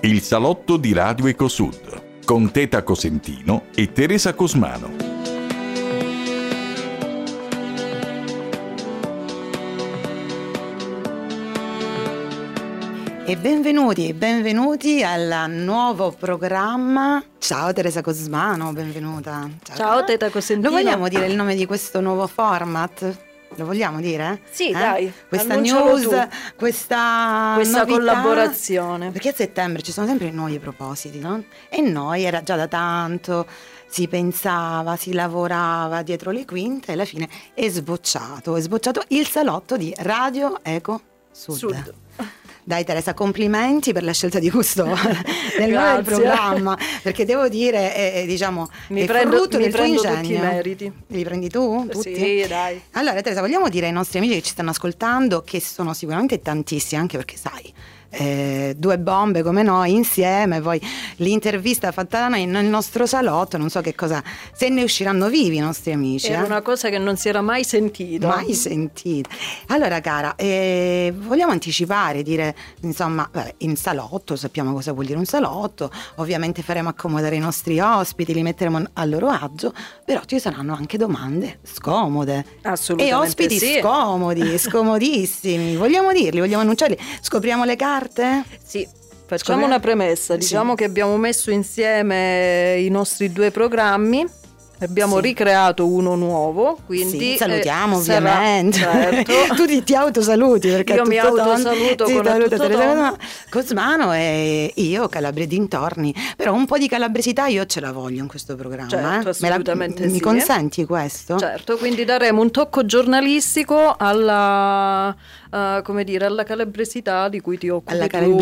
Il salotto di Radio Ecosud con Teta Cosentino e Teresa Cosmano. E benvenuti al nuovo programma. Ciao Teresa Cosmano, benvenuta. Ciao Teta Cosentino. Lo vogliamo dire il nome di questo nuovo format? Lo vogliamo dire? Sì, dai. Questa news, questa novità, collaborazione. Perché a settembre ci sono sempre nuovi propositi, no? E noi era già da tanto, si pensava, si lavorava dietro le quinte e alla fine è sbocciato il salotto di Radio Ecosud. Dai Teresa, complimenti per la scelta di questo nel nome del programma, perché devo dire, diciamo, è frutto del tuo ingegno. Tutti i meriti. Li prendi tu? Tutti? Sì, dai. Allora Teresa, vogliamo dire ai nostri amici che ci stanno ascoltando, che sono sicuramente tantissimi, anche perché sai, due bombe come noi insieme, poi l'intervista fatta da noi nel nostro salotto, non so che cosa, se ne usciranno vivi i nostri amici. Era una cosa che non si era mai sentita. Mai sentita. Allora cara, vogliamo anticipare, dire, insomma, in salotto, sappiamo cosa vuol dire un salotto, ovviamente faremo accomodare i nostri ospiti, li metteremo a loro agio, però ci saranno anche domande scomode. Assolutamente. E ospiti sì. Scomodissimi. Vogliamo dirli, vogliamo annunciarli? Scopriamo le carte? Sì. Facciamo una premessa, diciamo che abbiamo messo insieme i nostri due programmi, abbiamo ricreato uno nuovo, quindi salutiamo ovviamente. Certo. Tu ti autosaluti perché io mi autosaluto con tutto Cosmano e io Calabria e dintorni, però un po' di calabresità io ce la voglio in questo programma. Certo, assolutamente mi consenti questo? Certo, quindi daremo un tocco giornalistico alla alla calabresità di cui ti occupi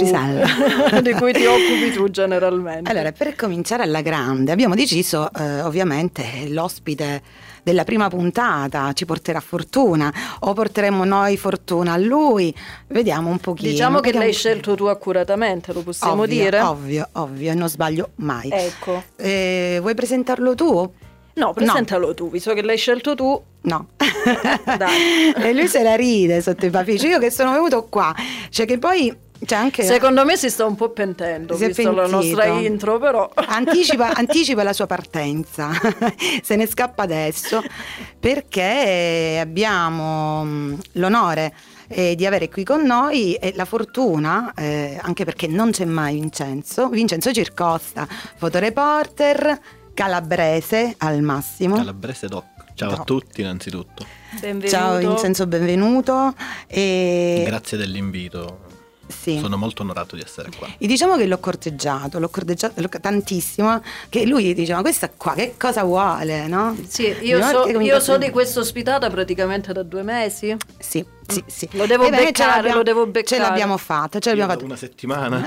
di cui ti occupi tu generalmente. Allora, per cominciare alla grande abbiamo deciso ovviamente l'ospite della prima puntata ci porterà fortuna o porteremo noi fortuna a lui, vediamo un pochino. Diciamo che l'hai scelto tu accuratamente, lo possiamo dire? Ovvio, e non sbaglio mai. Ecco. Vuoi presentarlo tu? No, presentalo tu, visto che l'hai scelto tu. No. Dai. E lui se la ride sotto i baffi. Io che sono venuto qua, cioè che poi c'è anche... Secondo me si sta un po' pentendo, visto la nostra intro, però anticipa la sua partenza. Se ne scappa adesso perché abbiamo l'onore di avere qui con noi e la fortuna, anche perché non c'è mai Vincenzo Circosta, fotoreporter calabrese al massimo. Calabrese doc. Ciao a tutti innanzitutto. Benvenuto. Ciao Vincenzo, benvenuto. Grazie dell'invito. Sì. Sono molto onorato di essere qua. E diciamo che l'ho corteggiato tantissimo, che lui diceva questa qua che cosa vuole, no? Sì, io so di questa ospitata praticamente da 2 mesi. Sì. Lo devo beccare. Ce l'abbiamo fatta. Una settimana.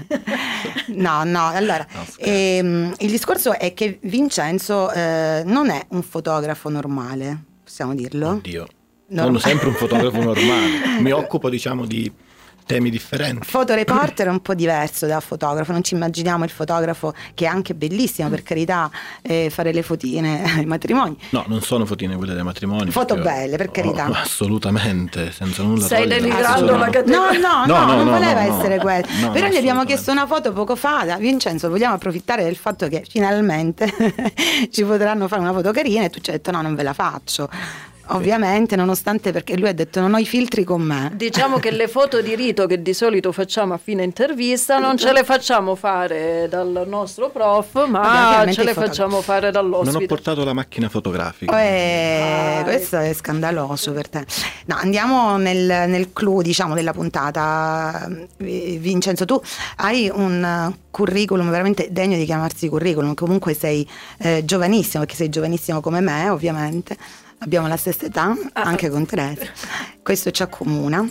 No, allora il discorso è che Vincenzo non è un fotografo normale, possiamo dirlo? Oddio, sono sempre un fotografo normale. Mi occupo, diciamo, di temi differenti. Fotoreporter è un po' diverso da fotografo, non ci immaginiamo il fotografo, che è anche bellissimo, per carità, fare le fotine ai matrimoni. No, non sono fotine quelle dei matrimoni. Foto belle, per carità. Assolutamente, senza nulla Stai togliere. denigrando la categoria. No, non voleva essere quello. No, però gli abbiamo chiesto una foto poco fa da Vincenzo, vogliamo approfittare del fatto che finalmente ci potranno fare una foto carina e tu ci hai detto no, non ve la faccio. Ovviamente, nonostante, perché lui ha detto non ho i filtri con me. Diciamo che le foto di rito che di solito facciamo a fine intervista non ce le facciamo fare dal nostro prof, ma ce le facciamo fare dall'ospite. Non ho portato la macchina fotografica. Questo è scandaloso per te. No, andiamo nel clou, diciamo, della puntata. Vincenzo, tu hai un curriculum veramente degno di chiamarsi curriculum. Comunque sei giovanissimo, perché sei giovanissimo come me, ovviamente. Abbiamo la stessa età, anche con Teresa. Questo ci accomuna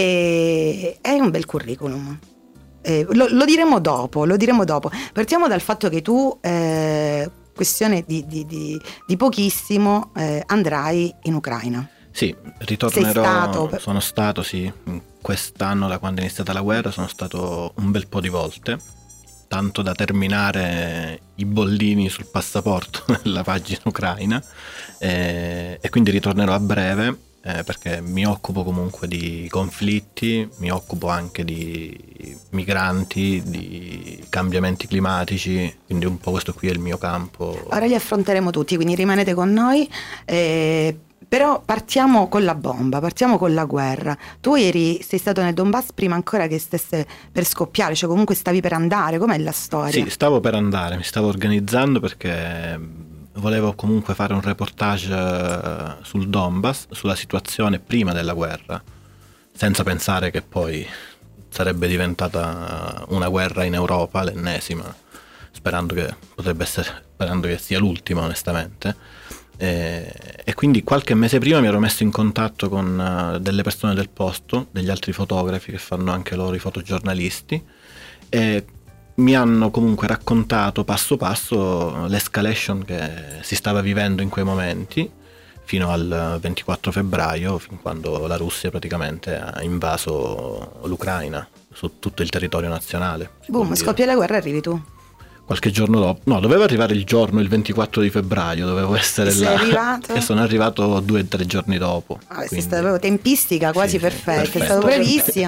e è un bel curriculum. Lo diremo dopo. Partiamo dal fatto che tu, questione di pochissimo, andrai in Ucraina. Sì, ritornerò. Sono stato, quest'anno, da quando è iniziata la guerra, sono stato un bel po' di volte. Tanto da terminare i bollini sul passaporto nella pagina ucraina, e quindi ritornerò a breve perché mi occupo comunque di conflitti, mi occupo anche di migranti, di cambiamenti climatici, quindi un po' questo qui è il mio campo. Ora li affronteremo tutti, quindi rimanete con noi. Però partiamo con la bomba, partiamo con la guerra. Tu sei stato nel Donbass prima ancora che stesse per scoppiare, cioè comunque stavi per andare, com'è la storia? Sì, stavo per andare, mi stavo organizzando perché volevo comunque fare un reportage sul Donbass, sulla situazione prima della guerra, senza pensare che poi sarebbe diventata una guerra in Europa, l'ennesima, sperando che sia l'ultima, onestamente. E quindi qualche mese prima mi ero messo in contatto con delle persone del posto, degli altri fotografi che fanno anche loro i fotogiornalisti, e mi hanno comunque raccontato passo passo l'escalation che si stava vivendo in quei momenti fino al 24 febbraio, fin quando la Russia praticamente ha invaso l'Ucraina su tutto il territorio nazionale. Boom, scoppia la guerra, arrivi tu. Qualche giorno dopo, no, dovevo arrivare il 24 di febbraio, dovevo essere là. Sei arrivato? E sono arrivato 2 o 3 giorni dopo. È stata proprio tempistica quasi perfetta, è stato bravissimo.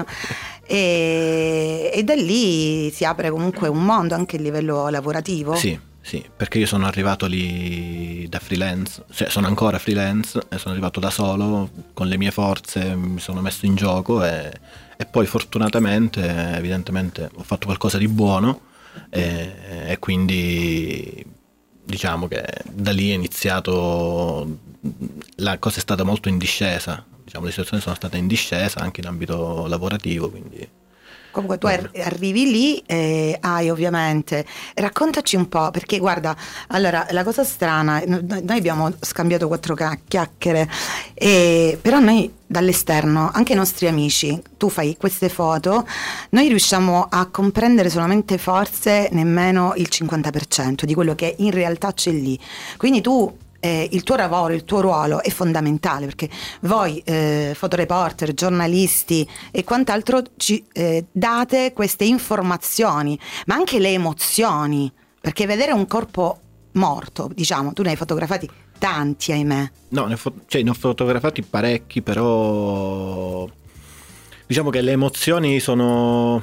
E da lì si apre comunque un mondo anche a livello lavorativo. Sì, perché io sono arrivato lì da freelance, cioè sono ancora freelance e sono arrivato da solo, con le mie forze mi sono messo in gioco e poi fortunatamente, evidentemente, ho fatto qualcosa di buono. E quindi diciamo che da lì è iniziato, la cosa è stata molto in discesa, diciamo, le situazioni sono state in discesa anche in ambito lavorativo, quindi comunque tu arrivi lì, hai ovviamente, raccontaci un po', perché guarda, allora la cosa strana, noi abbiamo scambiato 4 chiacchiere, però noi dall'esterno, anche i nostri amici, tu fai queste foto, noi riusciamo a comprendere solamente forse nemmeno il 50% di quello che in realtà c'è lì, quindi tu il tuo lavoro, il tuo ruolo è fondamentale, perché voi fotoreporter, giornalisti e quant'altro ci date queste informazioni, ma anche le emozioni, perché vedere un corpo morto, diciamo, tu ne hai fotografati tanti, ahimè. No, ne ho fotografati parecchi, però diciamo che le emozioni sono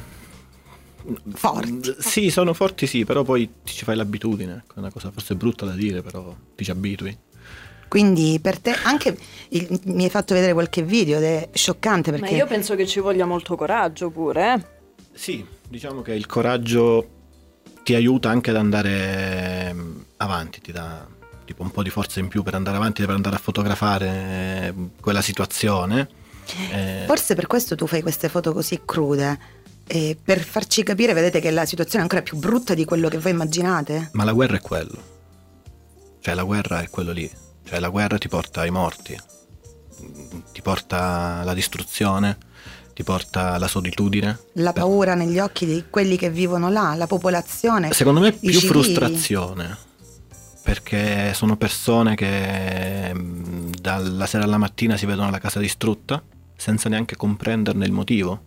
forti. Sì, sono forti, sì, però poi ti ci fai l'abitudine, è una cosa forse brutta da dire, però ti ci abitui. Quindi per te anche mi hai fatto vedere qualche video ed è scioccante, perché ma io penso che ci voglia molto coraggio pure, Sì, diciamo che il coraggio ti aiuta anche ad andare avanti, ti dà tipo un po' di forza in più per andare avanti, per andare a fotografare quella situazione. Forse per questo tu fai queste foto così crude, per farci capire, vedete, che la situazione è ancora più brutta di quello che voi immaginate. Ma la guerra è quello, cioè la guerra è quello lì, cioè la guerra ti porta ai morti, ti porta alla distruzione, ti porta alla solitudine, la paura negli occhi di quelli che vivono là, la popolazione. Secondo me più civili. Frustrazione, perché sono persone che dalla sera alla mattina si vedono la casa distrutta senza neanche comprenderne il motivo.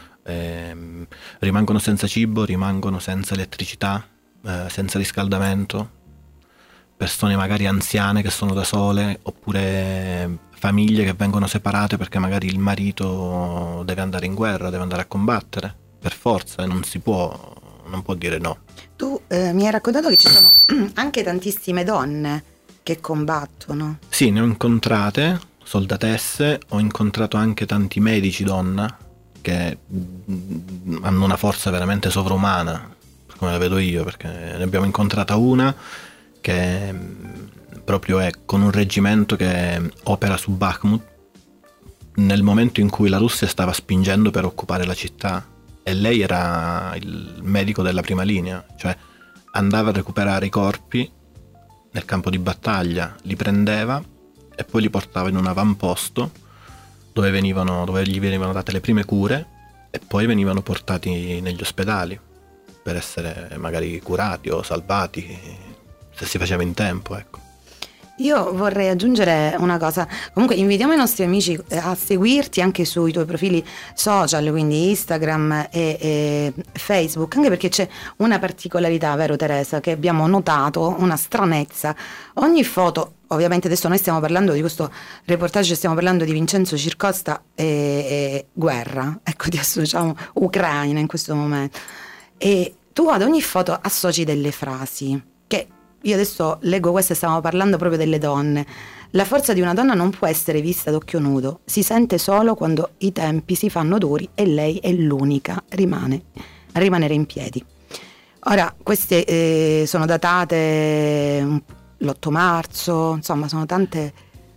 Rimangono senza cibo, rimangono senza elettricità, senza riscaldamento, persone magari anziane che sono da sole, oppure famiglie che vengono separate perché magari il marito deve andare in guerra, deve andare a combattere per forza e non può dire no. Tu mi hai raccontato che ci sono anche tantissime donne che combattono. Sì, ne ho incontrate, soldatesse, ho incontrato anche tanti medici donna che hanno una forza veramente sovrumana, come la vedo io, perché ne abbiamo incontrata una che proprio è con un reggimento che opera su Bakhmut nel momento in cui la Russia stava spingendo per occupare la città, e lei era il medico della prima linea, cioè andava a recuperare i corpi nel campo di battaglia, li prendeva e poi li portava in un avamposto dove gli venivano date le prime cure e poi venivano portati negli ospedali per essere magari curati o salvati se si faceva in tempo, ecco. Io vorrei aggiungere una cosa. Comunque invitiamo i nostri amici a seguirti anche sui tuoi profili social, quindi Instagram e Facebook, anche perché c'è una particolarità, vero Teresa, che abbiamo notato, una stranezza. Ogni foto, ovviamente adesso noi stiamo parlando di questo reportage, stiamo parlando di Vincenzo Circosta e guerra, ecco, ti associamo Ucraina in questo momento. E tu ad ogni foto associ delle frasi che io adesso leggo queste, stiamo parlando proprio delle donne. La forza di una donna non può essere vista d'occhio nudo, si sente solo quando i tempi si fanno duri e lei è l'unica a rimanere in piedi. Ora, queste sono datate l'8 marzo, insomma sono tante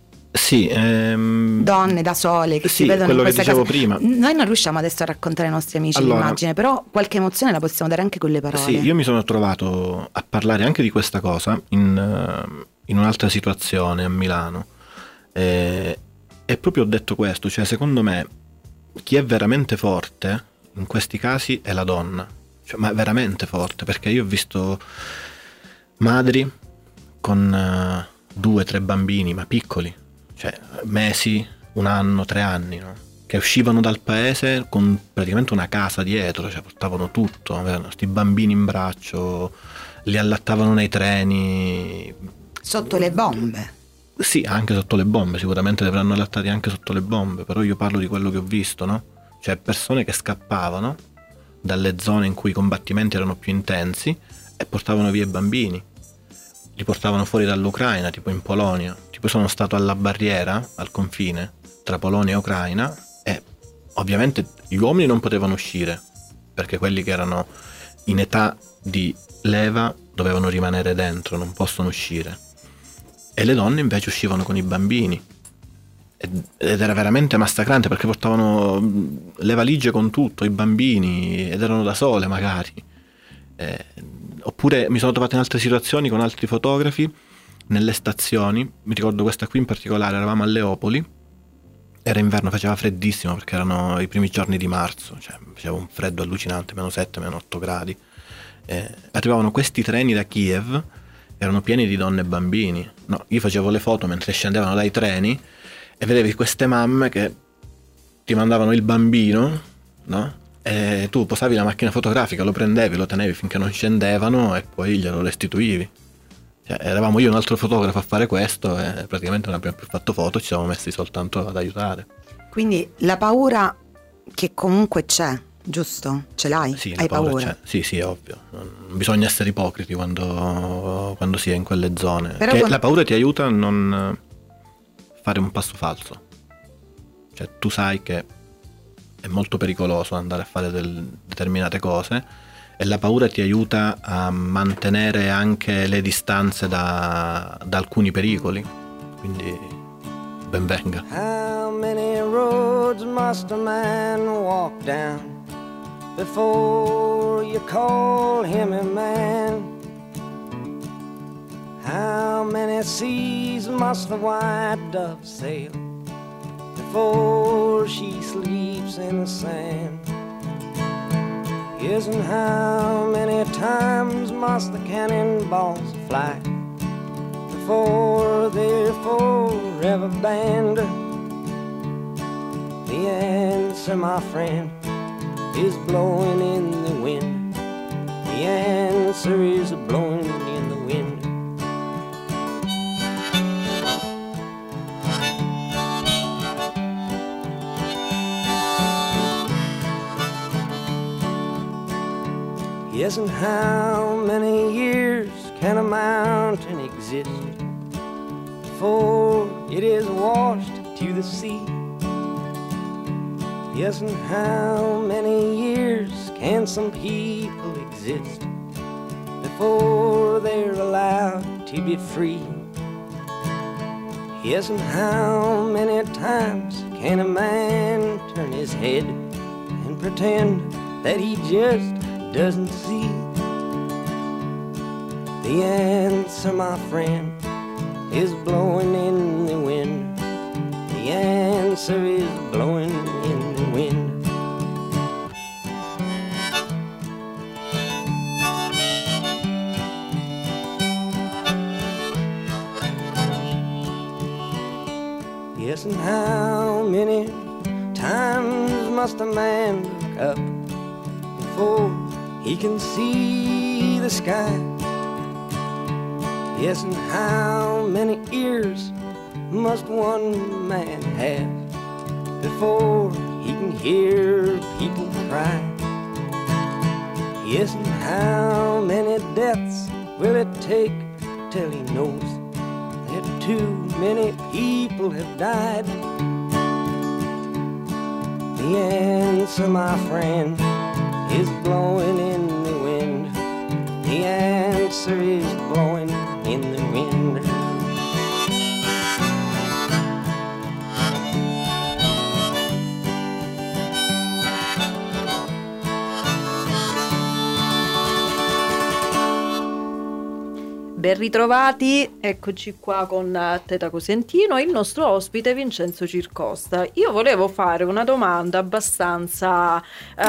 donne da sole che si vedono in questa casa. Prima. Noi non riusciamo adesso a raccontare ai nostri amici l'immagine, però qualche emozione la possiamo dare anche con le parole. Sì, io mi sono trovato a parlare anche di questa cosa in un'altra situazione a Milano e proprio ho detto questo, cioè secondo me chi è veramente forte in questi casi è la donna, cioè, ma veramente forte, perché io ho visto madri con 2-3 bambini, ma piccoli, cioè mesi, 1 anno, 3 anni, no? Che uscivano dal paese con praticamente una casa dietro, cioè portavano tutto, avevano questi bambini in braccio, li allattavano nei treni. Sotto le bombe? Sì, anche sotto le bombe, sicuramente li avranno allattati anche sotto le bombe, però io parlo di quello che ho visto, no? Cioè persone che scappavano dalle zone in cui i combattimenti erano più intensi e portavano via i bambini. Li portavano fuori dall'Ucraina, tipo in Polonia. Tipo sono stato alla barriera, al confine tra Polonia e Ucraina, e ovviamente gli uomini non potevano uscire perché quelli che erano in età di leva dovevano rimanere dentro, non possono uscire, e le donne invece uscivano con i bambini ed era veramente massacrante perché portavano le valigie con tutto, i bambini, ed erano da sole magari. Oppure mi sono trovato in altre situazioni con altri fotografi nelle stazioni, mi ricordo questa qui in particolare, eravamo a Leopoli, era inverno, faceva freddissimo perché erano i primi giorni di marzo, cioè faceva un freddo allucinante, -7, -8 gradi. Arrivavano questi treni da Kiev, erano pieni di donne e bambini, no, io facevo le foto mentre scendevano dai treni e vedevi queste mamme che ti mandavano il bambino, no? E tu posavi la macchina fotografica, lo prendevi, lo tenevi finché non scendevano e poi glielo restituivi. Cioè, eravamo io e un altro fotografo a fare questo e praticamente non abbiamo più fatto foto, ci siamo messi soltanto ad aiutare. Quindi la paura che comunque c'è, giusto? Ce l'hai? Sì, hai paura? C'è. Sì, è ovvio. Non bisogna essere ipocriti quando si è in quelle zone. Però la paura ti aiuta a non fare un passo falso. Cioè tu sai che è molto pericoloso andare a fare determinate cose e la paura ti aiuta a mantenere anche le distanze da alcuni pericoli, quindi ben venga. How many roads must a man walk down before you call him a man? How many seas must the white dove sail before she sleeps in the sand? Yes, and how many times must the cannonballs fly before they're forever banned? The answer, my friend, is blowing in the wind. The answer is blowing in the wind. Yes, and how many years can a mountain exist before it is washed to the sea? Yes, and how many years can some people exist before they're allowed to be free? Yes, and how many times can a man turn his head and pretend that he just doesn't see? The answer, my friend, is blowing in the wind. The answer is blowing in the wind. Yes, and how many times must a man look up before he can see the sky? Yes, and how many ears must one man have before he can hear people cry? Yes, and how many deaths will it take till he knows that too many people have died? The answer, my friend, is blowing in the wind. The answer is blowing in the wind. Ben ritrovati, eccoci qua con Teta Cosentino e il nostro ospite Vincenzo Circosta. Io volevo fare una domanda abbastanza,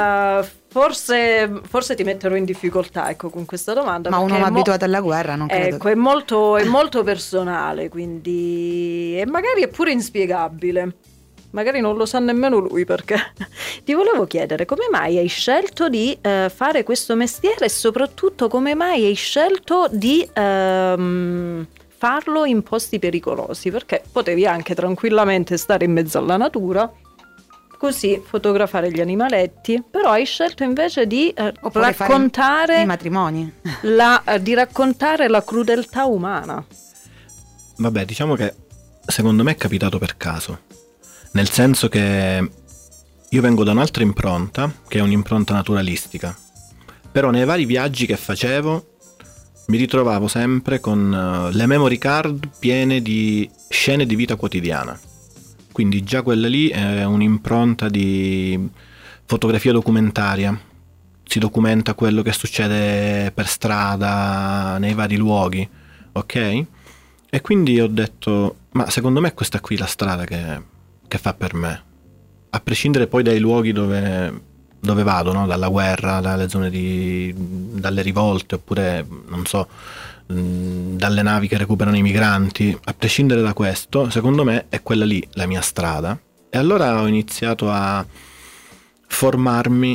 forse ti metterò in difficoltà, ecco, con questa domanda. Ma un uomo abituato alla guerra non credo. Ecco, è molto personale, quindi e magari è pure inspiegabile. Magari non lo sa nemmeno lui, perché ti volevo chiedere come mai hai scelto di fare questo mestiere e soprattutto come mai hai scelto di farlo in posti pericolosi, perché potevi anche tranquillamente stare in mezzo alla natura, così fotografare gli animaletti, però hai scelto invece di raccontare i matrimoni, di raccontare la crudeltà umana. Vabbè, diciamo che secondo me è capitato per caso. Nel senso che io vengo da un'altra impronta, che è un'impronta naturalistica, però nei vari viaggi che facevo mi ritrovavo sempre con le memory card piene di scene di vita quotidiana. Quindi già quella lì è un'impronta di fotografia documentaria, si documenta quello che succede per strada, nei vari luoghi, ok? E quindi ho detto, ma secondo me questa qui è la strada che fa per me, a prescindere poi dai luoghi dove vado, no? Dalla guerra, dalle zone dalle rivolte, oppure non so, dalle navi che recuperano i migranti, a prescindere da questo, secondo me è quella lì la mia strada. E allora ho iniziato a formarmi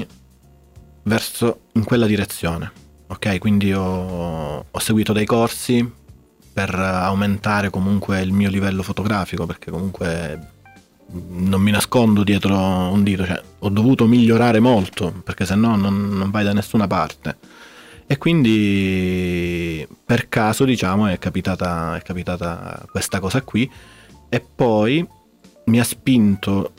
in quella direzione, ok? Quindi ho seguito dei corsi per aumentare comunque il mio livello fotografico, perché comunque non mi nascondo dietro un dito, cioè ho dovuto migliorare molto, perché se no non vai da nessuna parte. E quindi per caso, diciamo, è capitata questa cosa qui, e poi mi ha spinto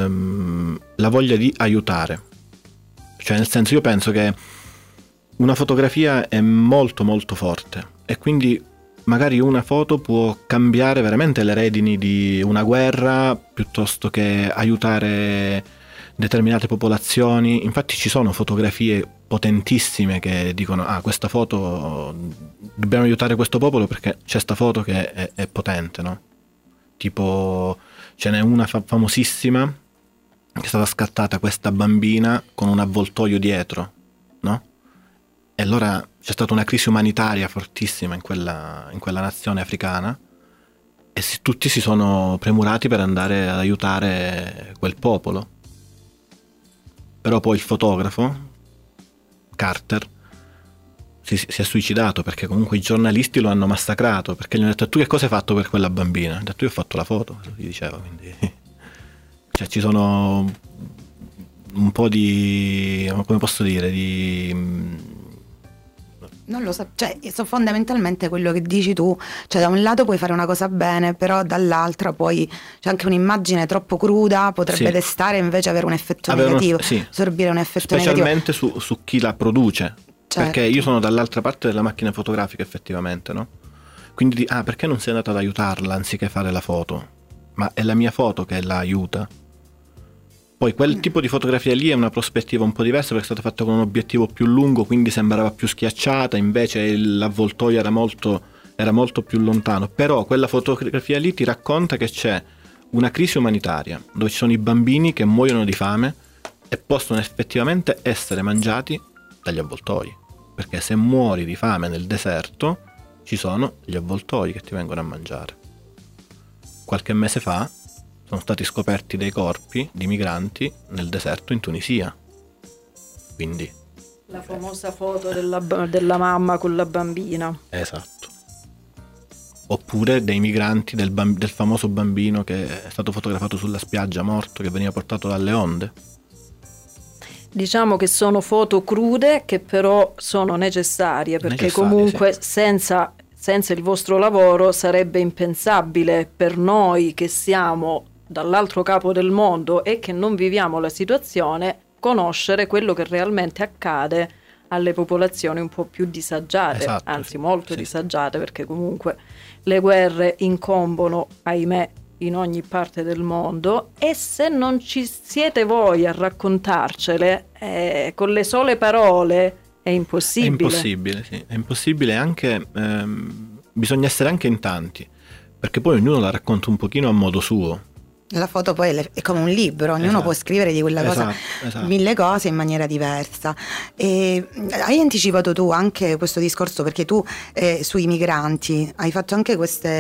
la voglia di aiutare. Cioè, nel senso, io penso che una fotografia è molto molto forte, e quindi magari una foto può cambiare veramente le redini di una guerra, piuttosto che aiutare determinate popolazioni. Infatti ci sono fotografie potentissime che dicono: ah, questa foto, dobbiamo aiutare questo popolo perché c'è sta foto che è potente, no? Tipo, ce n'è una famosissima che è stata scattata questa bambina con un avvoltoio dietro, no? E allora c'è stata una crisi umanitaria fortissima in quella nazione africana, e tutti si sono premurati per andare ad aiutare quel popolo. Però poi il fotografo Carter si è suicidato, perché comunque i giornalisti lo hanno massacrato, perché gli hanno detto: tu che cosa hai fatto per quella bambina? Ha detto: io ho fatto la foto, gli diceva. Quindi cioè, ci sono un po' di, come posso dire, non lo so, cioè fondamentalmente quello che dici tu, cioè da un lato puoi fare una cosa bene, però dall'altra poi c'è anche un'immagine troppo cruda, potrebbe destare invece avere un effetto negativo, assorbire un effetto specialmente negativo. su chi la produce, certo. Perché io sono dall'altra parte della macchina fotografica effettivamente, no? Quindi perché non sei andato ad aiutarla anziché fare la foto? Ma è la mia foto che la aiuta. Poi quel tipo di fotografia lì è una prospettiva un po' diversa, perché è stata fatta con un obiettivo più lungo, quindi sembrava più schiacciata, invece l'avvoltoio era molto più lontano. Però quella fotografia lì ti racconta che c'è una crisi umanitaria, dove ci sono i bambini che muoiono di fame e possono effettivamente essere mangiati dagli avvoltoi, perché se muori di fame nel deserto ci sono gli avvoltoi che ti vengono a mangiare. Qualche mese fa sono stati scoperti dei corpi di migranti nel deserto in Tunisia. Quindi la famosa foto della mamma con la bambina. esatto. Oppure dei migranti del famoso bambino che è stato fotografato sulla spiaggia morto, che veniva portato dalle onde. Diciamo che sono foto crude che però sono necessarie, perché comunque sì, senza il vostro lavoro sarebbe impensabile per noi che siamo dall'altro capo del mondo e che non viviamo la situazione, conoscere quello che realmente accade alle popolazioni un po' più disagiate, esatto, anzi sì, molto sì, disagiate, perché comunque le guerre incombono, ahimè, in ogni parte del mondo, e se non ci siete voi a raccontarcele con le sole parole è impossibile. È impossibile, sì, è impossibile, anche bisogna essere anche in tanti, perché poi ognuno la racconta un pochino a modo suo. La foto poi è come un libro, ognuno esatto, può scrivere di quella cosa esatto. 1000 cose in maniera diversa. E hai anticipato tu anche questo discorso, perché tu sui migranti hai fatto anche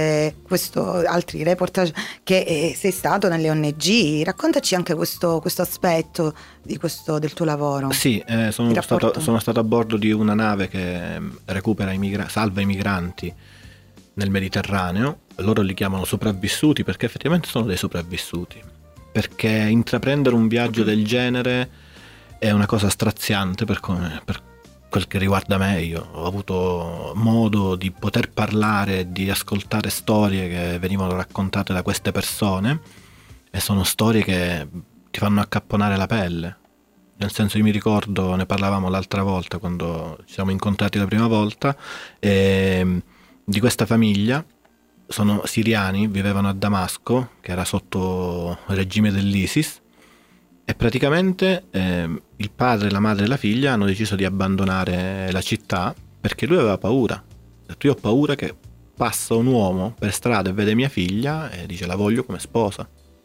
altri reportage, che sei stato nelle ONG. Raccontaci anche questo aspetto del tuo lavoro. Sì, sono stato a bordo di una nave che recupera salva i migranti nel Mediterraneo. Loro li chiamano sopravvissuti perché effettivamente sono dei sopravvissuti, perché intraprendere un viaggio del genere è una cosa straziante per quel che riguarda me. Io ho avuto modo di poter parlare, di ascoltare storie che venivano raccontate da queste persone, e sono storie che ti fanno accapponare la pelle. Nel senso, io mi ricordo, ne parlavamo l'altra volta quando ci siamo incontrati la prima volta, di questa famiglia. Sono siriani, vivevano a Damasco, che era sotto il regime dell'ISIS, e praticamente il padre, la madre e la figlia hanno deciso di abbandonare la città perché lui aveva paura. Ha detto: io ho paura che passa un uomo per strada e vede mia figlia e dice: la voglio come sposa.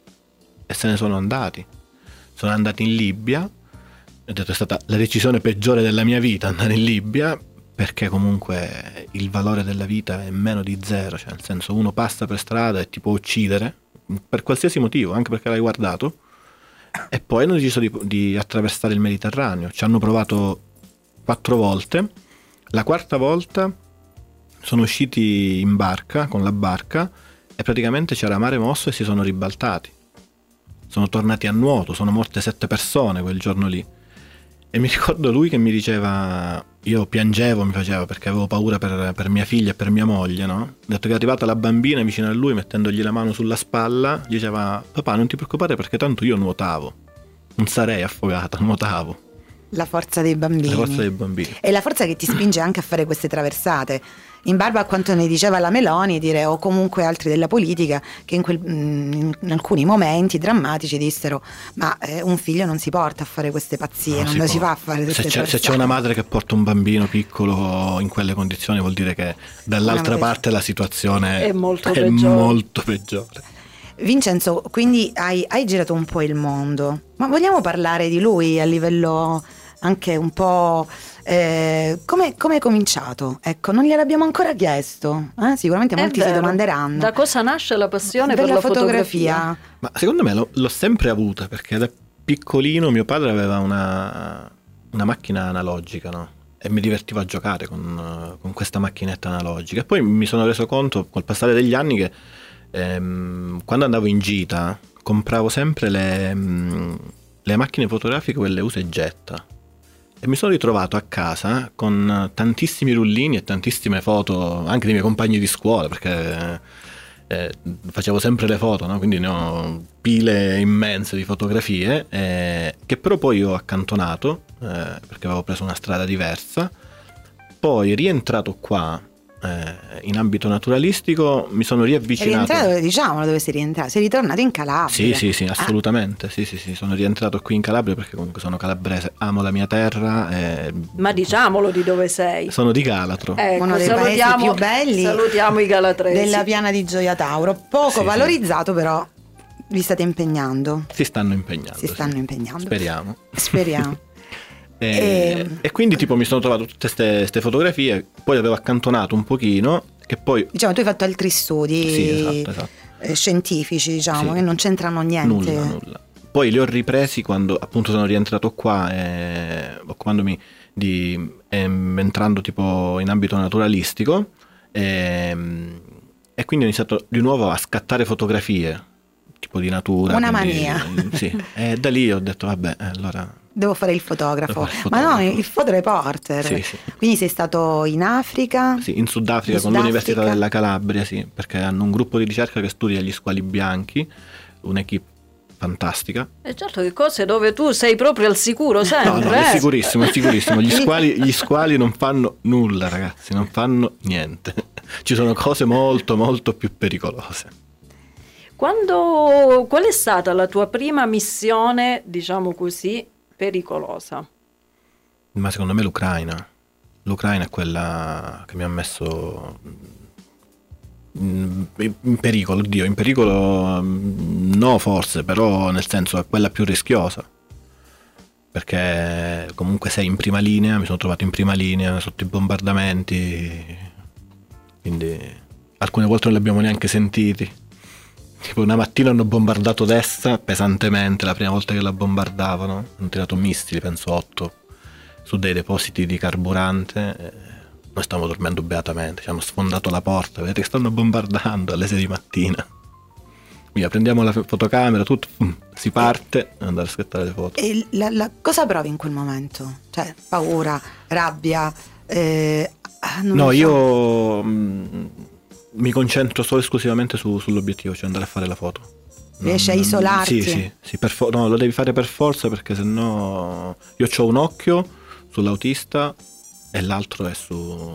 E se ne sono andati. Sono andati in Libia. Ho detto: è stata la decisione peggiore della mia vita andare in Libia, perché comunque il valore della vita è meno di zero, cioè nel senso, uno passa per strada e ti può uccidere per qualsiasi motivo, anche perché l'hai guardato. E poi hanno deciso di attraversare il Mediterraneo. Ci hanno provato 4 volte. La quarta volta sono usciti in barca, con la barca, e praticamente c'era mare mosso e si sono ribaltati. Sono tornati a nuoto, sono morte 7 persone quel giorno lì. E mi ricordo lui che mi diceva, io piangevo, mi faceva, perché avevo paura per mia figlia e per mia moglie, no? Ho detto che è arrivata la bambina vicino a lui, mettendogli la mano sulla spalla, gli diceva: papà, non ti preoccupare perché tanto io nuotavo, non sarei affogata, nuotavo. La forza dei bambini. La forza dei bambini. E la forza che ti spinge anche a fare queste traversate, in barba a quanto ne diceva la Meloni, o comunque altri della politica, che in alcuni momenti drammatici dissero: ma un figlio non si porta a fare queste pazzie, non lo si fa a fare queste traversate. Se c'è una madre che porta un bambino piccolo in quelle condizioni, vuol dire che dall'altra parte la situazione è molto peggiore. Vincenzo, quindi hai girato un po' il mondo, ma vogliamo parlare di lui a livello anche un po' come è cominciato? Ecco, non gliel'abbiamo ancora chiesto, sicuramente molti si domanderanno. Da cosa nasce la passione per la fotografia? Ma secondo me l'ho sempre avuta, perché da piccolino mio padre aveva una macchina analogica, no? E mi divertivo a giocare con questa macchinetta analogica. E poi mi sono reso conto col passare degli anni che quando andavo in gita compravo sempre le macchine fotografiche, quelle usa e getta, e mi sono ritrovato a casa con tantissimi rullini e tantissime foto anche dei miei compagni di scuola, perché facevo sempre le foto, no? Quindi ne ho pile immense di fotografie, che però poi ho accantonato perché avevo preso una strada diversa. Poi rientrato qua in ambito naturalistico, mi sono riavvicinato. Rientrato, diciamolo, dove sei rientrato? Sei ritornato in Calabria? Sì, assolutamente. Sì, sono rientrato qui in Calabria perché comunque sono calabrese, amo la mia terra. Ma diciamolo di dove sei. Sono di Galatro. Uno dei paesi più belli. Salutiamo i galatresi. Della piana di Gioia Tauro, poco valorizzato, però vi state impegnando. Si stanno impegnando. Speriamo. E quindi tipo mi sono trovato tutte queste fotografie, poi avevo accantonato un pochino, che poi... Diciamo, tu hai fatto altri studi Sì, esatto. Scientifici, diciamo, Sì. che non c'entrano niente. Nulla. Poi li ho ripresi quando appunto sono rientrato qua, occupandomi entrando tipo in ambito naturalistico, e quindi ho iniziato di nuovo a scattare fotografie tipo di natura. Una quindi, mania. Sì. E da lì ho detto vabbè, allora... Devo fare il fotografo. Devo fare il Ma no, fotografo. il fotoreporter. Sì. Quindi sei stato in Africa? Sì, in Sudafrica con l'Università della Calabria, sì, perché hanno un gruppo di ricerca che studia gli squali bianchi, un'equipe fantastica. E certo, che cose dove tu sei proprio al sicuro sempre. No, è sicurissimo. Gli squali non fanno nulla, ragazzi, non fanno niente. Ci sono cose molto, molto più pericolose. Qual è stata la tua prima missione, diciamo così, pericolosa? Ma secondo me l'Ucraina è quella che mi ha messo in pericolo. Oddio, in pericolo no, forse, però nel senso è quella più rischiosa, perché comunque sei in prima linea, mi sono trovato in prima linea sotto i bombardamenti, quindi alcune volte non li abbiamo neanche sentiti. Tipo una mattina hanno bombardato destra pesantemente, la prima volta che la bombardavano, hanno tirato missili, penso 8, su dei depositi di carburante. Noi stavamo dormendo beatamente, ci hanno sfondato la porta, vedete che stanno bombardando alle 6 di mattina. Via, prendiamo la fotocamera, tutto, si parte e andare a scattare le foto. E la cosa provi in quel momento? Cioè, paura, rabbia? Non lo so. Io mi concentro solo esclusivamente sull'obiettivo, cioè andare a fare la foto. Riesci a isolarti? Sì, no, lo devi fare per forza, perché sennò io c'ho un occhio sull'autista e l'altro è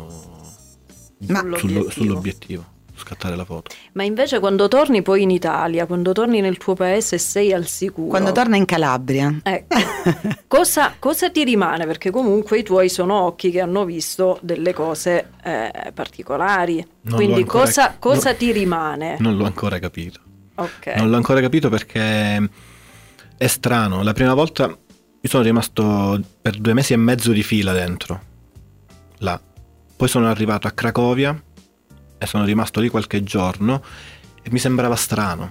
sull'obiettivo, scattare la foto. Ma invece quando torni poi in Italia, quando torni nel tuo paese sei al sicuro. Quando torna in Calabria. Ecco, cosa ti rimane? Perché comunque i tuoi sono occhi che hanno visto delle cose particolari. Quindi cosa ti rimane? Non l'ho ancora capito. Ok. Non l'ho ancora capito perché è strano. La prima volta io sono rimasto per 2 mesi e mezzo di fila dentro, là. Poi sono arrivato a Cracovia e sono rimasto lì qualche giorno e mi sembrava strano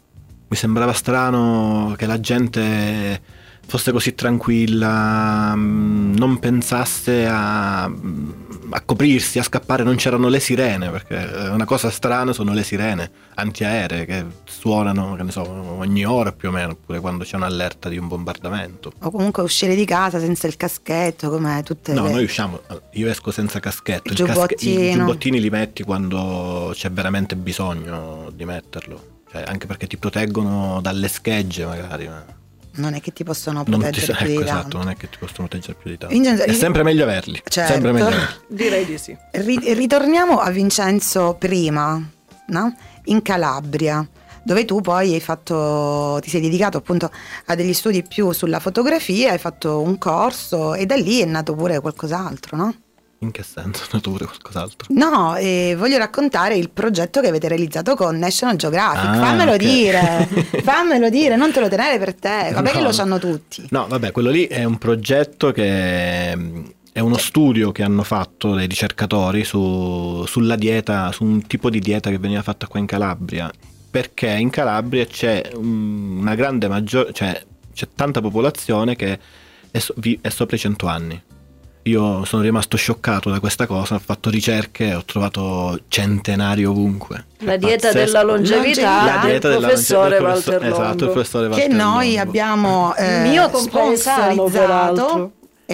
che la gente fosse così tranquilla, non pensasse a coprirsi, a scappare. Non c'erano le sirene, perché una cosa strana sono le sirene antiaeree che suonano, che ne so, ogni ora più o meno, oppure quando c'è un'allerta di un bombardamento. O comunque uscire di casa senza il caschetto, come tutte No, le... noi usciamo, io esco senza caschetto. I giubbottino. giubbottini li metti quando c'è veramente bisogno di metterlo, cioè, anche perché ti proteggono dalle schegge magari, ma non è che ti possono proteggere più di tanto. Esatto, non è che ti possono proteggere più di tanto. Vincenzo, è sempre meglio averli. Certo. Sempre meglio averli. Direi di sì. Ritorniamo a Vincenzo prima, no? In Calabria, dove tu poi ti sei dedicato appunto a degli studi più sulla fotografia, hai fatto un corso e da lì è nato pure qualcos'altro, no? In che senso? È nato pure qualcos'altro? No, voglio raccontare il progetto che avete realizzato con National Geographic. Ah, fammelo ok. fammelo dire, non te lo tenere per te. Vabbè, No, che lo sanno tutti. No, vabbè, quello lì è un progetto che è uno studio che hanno fatto dei ricercatori sulla dieta, su un tipo di dieta che veniva fatta qua in Calabria, perché in Calabria c'è una grande cioè c'è tanta popolazione che è sopra i 100 anni. Io sono rimasto scioccato da questa cosa, ho fatto ricerche e ho trovato centenari ovunque. La dieta Pazzesco. della longevità La del professore Walter Longo. Esatto, il professore Walter Che noi Longo. abbiamo Mio compaesano, peraltro. sponsorizzato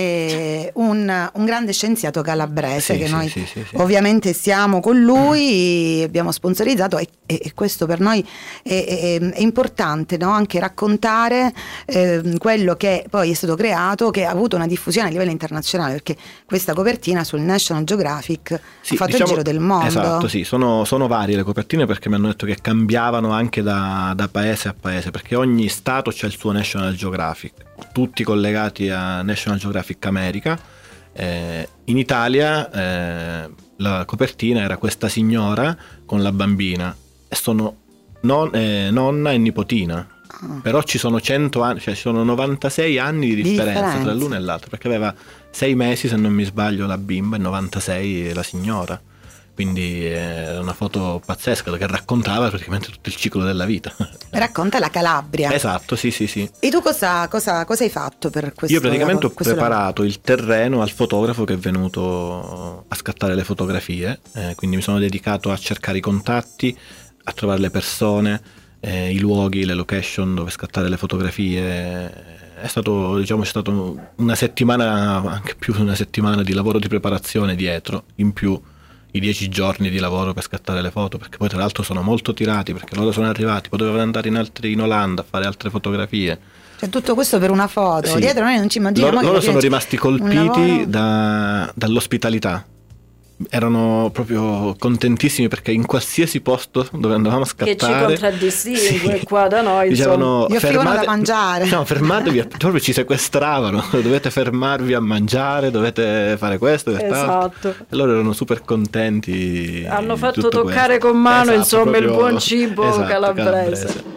un grande scienziato calabrese, Sì, che sì, noi sì. ovviamente siamo con lui, abbiamo sponsorizzato e questo per noi è importante, no? Anche raccontare quello che poi è stato creato, che ha avuto una diffusione a livello internazionale, perché questa copertina sul National Geographic ha fatto il giro del mondo. Esatto, sì, sono varie le copertine, perché mi hanno detto che cambiavano anche da paese a paese, perché ogni stato c'ha il suo National Geographic, tutti collegati a National Geographic America. In Italia la copertina era questa signora con la bambina e sono nonna e nipotina. Però ci sono 100 anni, cioè ci sono 96 anni di differenza tra l'uno e l'altro, perché aveva 6 mesi, se non mi sbaglio, la bimba, e 96 la signora. Quindi è una foto pazzesca che raccontava praticamente tutto il ciclo della vita. Racconta la Calabria. Esatto, sì. E tu cosa hai fatto per questo? Io praticamente ho questo preparato il terreno al fotografo che è venuto a scattare le fotografie, quindi mi sono dedicato a cercare i contatti, a trovare le persone, i luoghi, le location dove scattare le fotografie. È stato, diciamo, c'è stato una settimana, anche più di una settimana di lavoro di preparazione dietro, in più i 10 giorni di lavoro per scattare le foto, perché poi tra l'altro sono molto tirati, perché loro sono arrivati, poi dovevano andare in Olanda a fare altre fotografie. Cioè tutto questo per una foto, Sì. dietro noi non ci immaginiamo. Loro sono rimasti colpiti dall'ospitalità. Erano proprio contentissimi perché in qualsiasi posto dove andavamo a scattare, che ci contraddistingue qua da noi, dicevano, gli offrivano da mangiare. No, fermatevi, proprio ci sequestravano, dovete fermarvi a mangiare, dovete fare questo, esatto. E loro erano super contenti. Hanno fatto toccare con mano, esatto, insomma, proprio, il buon cibo, esatto, calabrese.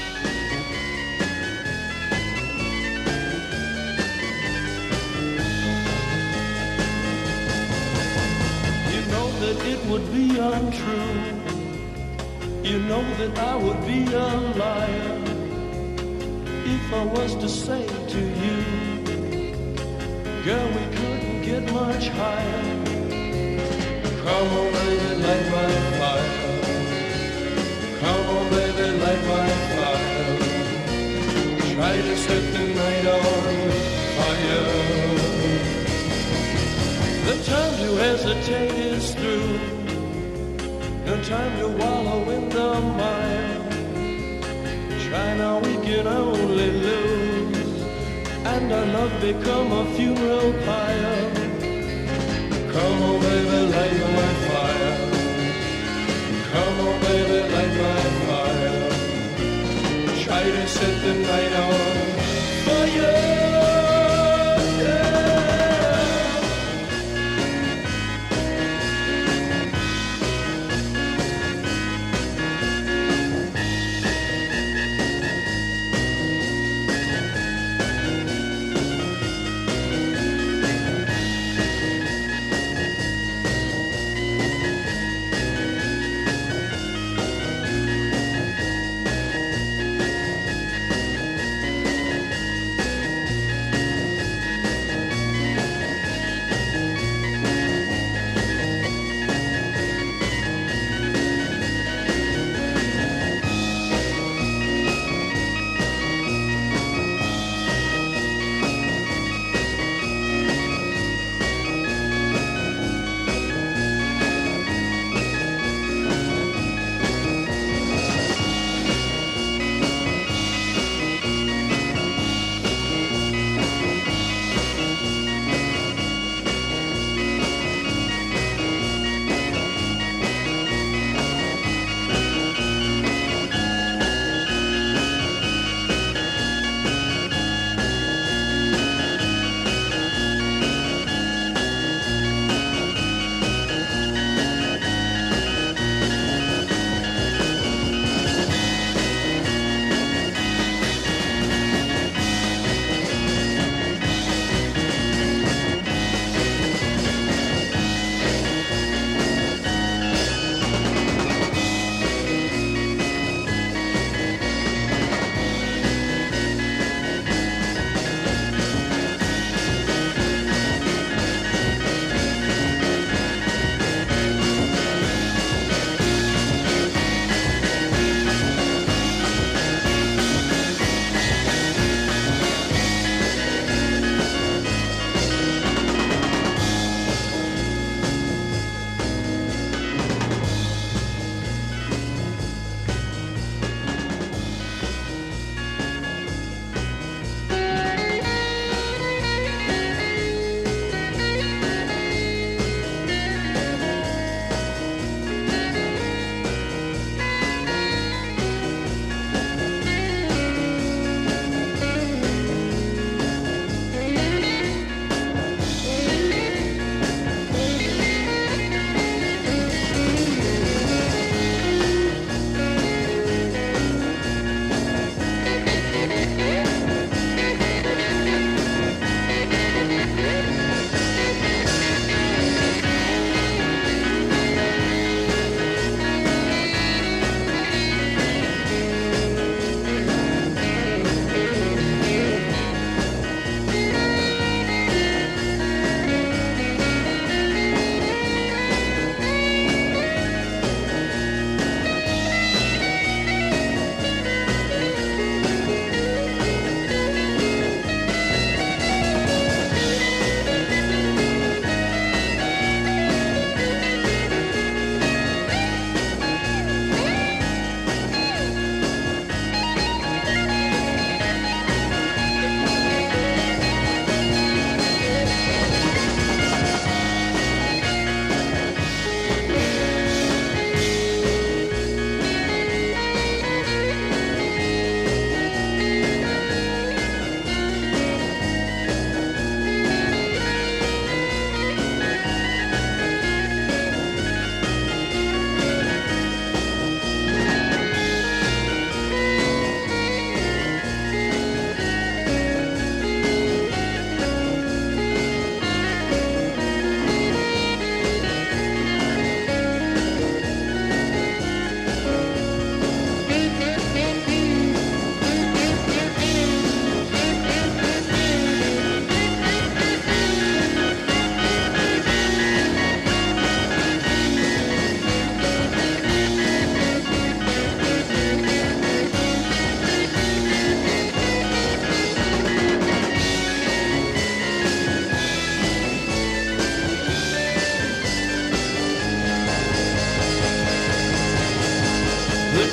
Would be untrue. You know that I would be a liar if I was to say to you, girl, we couldn't get much higher. Come on, baby, light my fire. Come on, baby, light my fire. Try to set the night on fire. The time to hesitate is through. No time to wallow in the mire. Try now, we can only lose, and our love become a funeral pyre. Come on, baby, light my fire. Come on, baby, light my fire. Try to set the night on fire.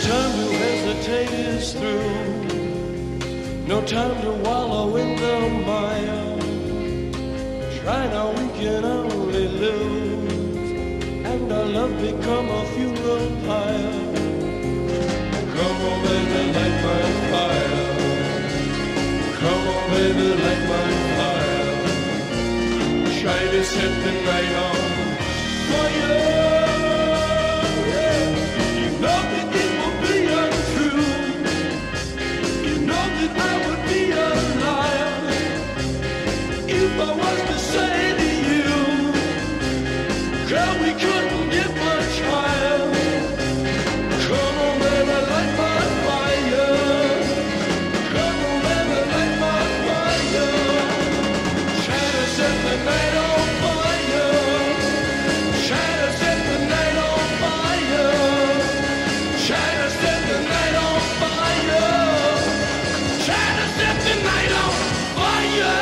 time to hesitate is through. No time to wallow in the mire. Try now, we can only lose, and our love become a funeral pyre. Come on, baby, light my fire. Come on, baby, light my fire. Try to set the night on fire. Yeah. You know that it will be untrue. You know that I would be a liar if I was to say to you, girl, we couldn't get much higher. Come on, baby, light my fire. Come on, baby, light my fire. Try to set the night on fire. Try to set the night on fire. Try to set the night on fire. Try to set the night on fire.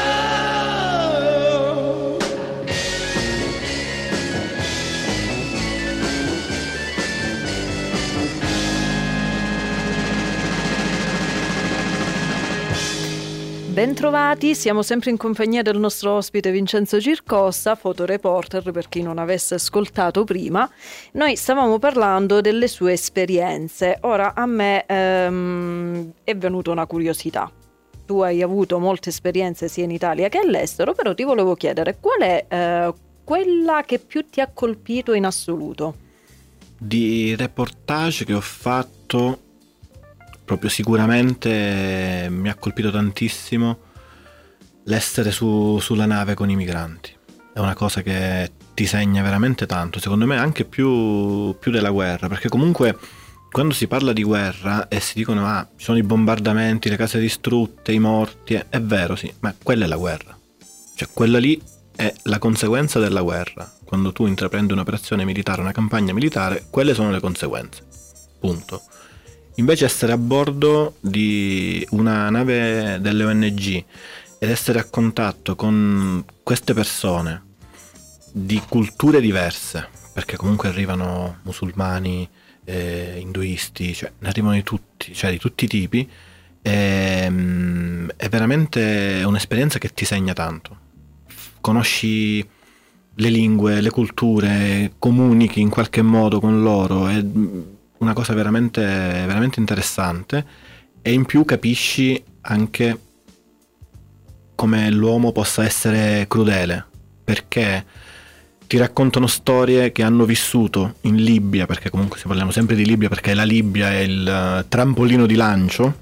Bentrovati, siamo sempre in compagnia del nostro ospite Vincenzo Circossa, fotoreporter per chi non avesse ascoltato prima. Noi stavamo parlando delle sue esperienze. Ora a me è venuta una curiosità. Tu hai avuto molte esperienze sia in Italia che all'estero, però ti volevo chiedere qual è quella che più ti ha colpito in assoluto? Di reportage che ho fatto, proprio sicuramente mi ha colpito tantissimo l'essere sulla nave con i migranti. È una cosa che ti segna veramente tanto, secondo me anche più della guerra, perché comunque quando si parla di guerra e si dicono ci sono i bombardamenti, le case distrutte, i morti, è vero, sì, ma quella è la guerra. Cioè quella lì è la conseguenza della guerra. Quando tu intraprendi un'operazione militare, una campagna militare, quelle sono le conseguenze. Punto. Invece essere a bordo di una nave delle ONG ed essere a contatto con queste persone di culture diverse, perché comunque arrivano musulmani, induisti, cioè ne arrivano di tutti, cioè di tutti i tipi, è veramente un'esperienza che ti segna tanto. Conosci le lingue, le culture, comunichi in qualche modo con loro, è una cosa veramente, veramente interessante, e in più capisci anche come l'uomo possa essere crudele, perché ti raccontano storie che hanno vissuto in Libia, perché comunque parliamo sempre di Libia perché la Libia è il trampolino di lancio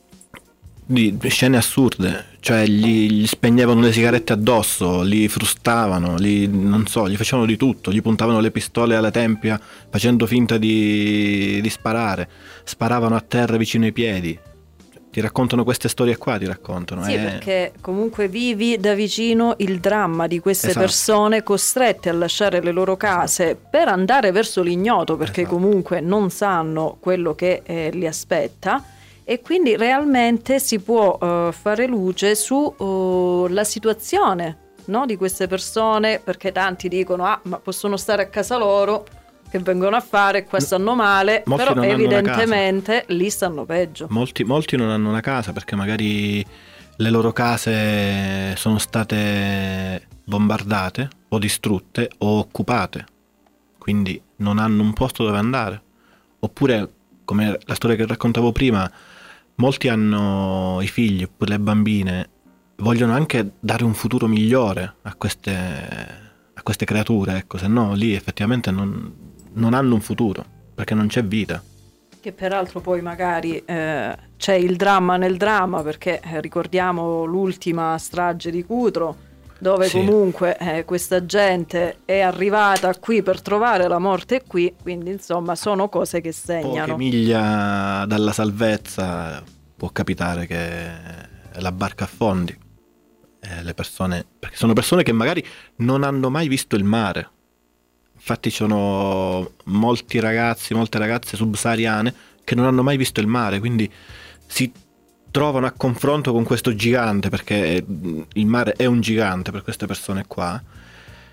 di scene assurde, cioè gli spegnevano le sigarette addosso, li frustavano, non so, gli facevano di tutto, gli puntavano le pistole alla tempia facendo finta di sparare, sparavano a terra vicino ai piedi. Ti raccontano queste storie qua, ti raccontano. Sì, perché comunque vivi da vicino il dramma di queste Esatto. persone costrette a lasciare le loro case per andare verso l'ignoto, perché Esatto. comunque non sanno quello che li aspetta. E quindi realmente si può fare luce su la situazione, no, di queste persone, perché tanti dicono ma possono stare a casa loro, che vengono a fare, qua stanno male, Molti però non hanno una evidentemente lì stanno peggio. Molti non hanno una casa perché magari le loro case sono state bombardate o distrutte o occupate, quindi non hanno un posto dove andare. Oppure, come la storia che raccontavo prima, molti hanno i figli oppure le bambine, vogliono anche dare un futuro migliore a queste creature, ecco, se no lì effettivamente non hanno un futuro, perché non c'è vita. Che peraltro poi magari c'è il dramma nel dramma, perché ricordiamo l'ultima strage di Cutro, dove Sì. comunque questa gente è arrivata qui per trovare la morte qui, quindi insomma sono cose che segnano. Poche miglia dalla salvezza può capitare che la barca affondi, le persone, perché sono persone che magari non hanno mai visto il mare. Infatti ci sono molti ragazzi, molte ragazze subsahariane che non hanno mai visto il mare, quindi si trovano a confronto con questo gigante, perché il mare è un gigante per queste persone qua,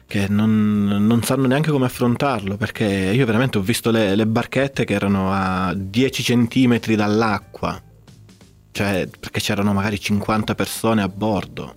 che non sanno neanche come affrontarlo, perché io veramente ho visto le barchette che erano a 10 centimetri dall'acqua, cioè perché c'erano magari 50 persone a bordo,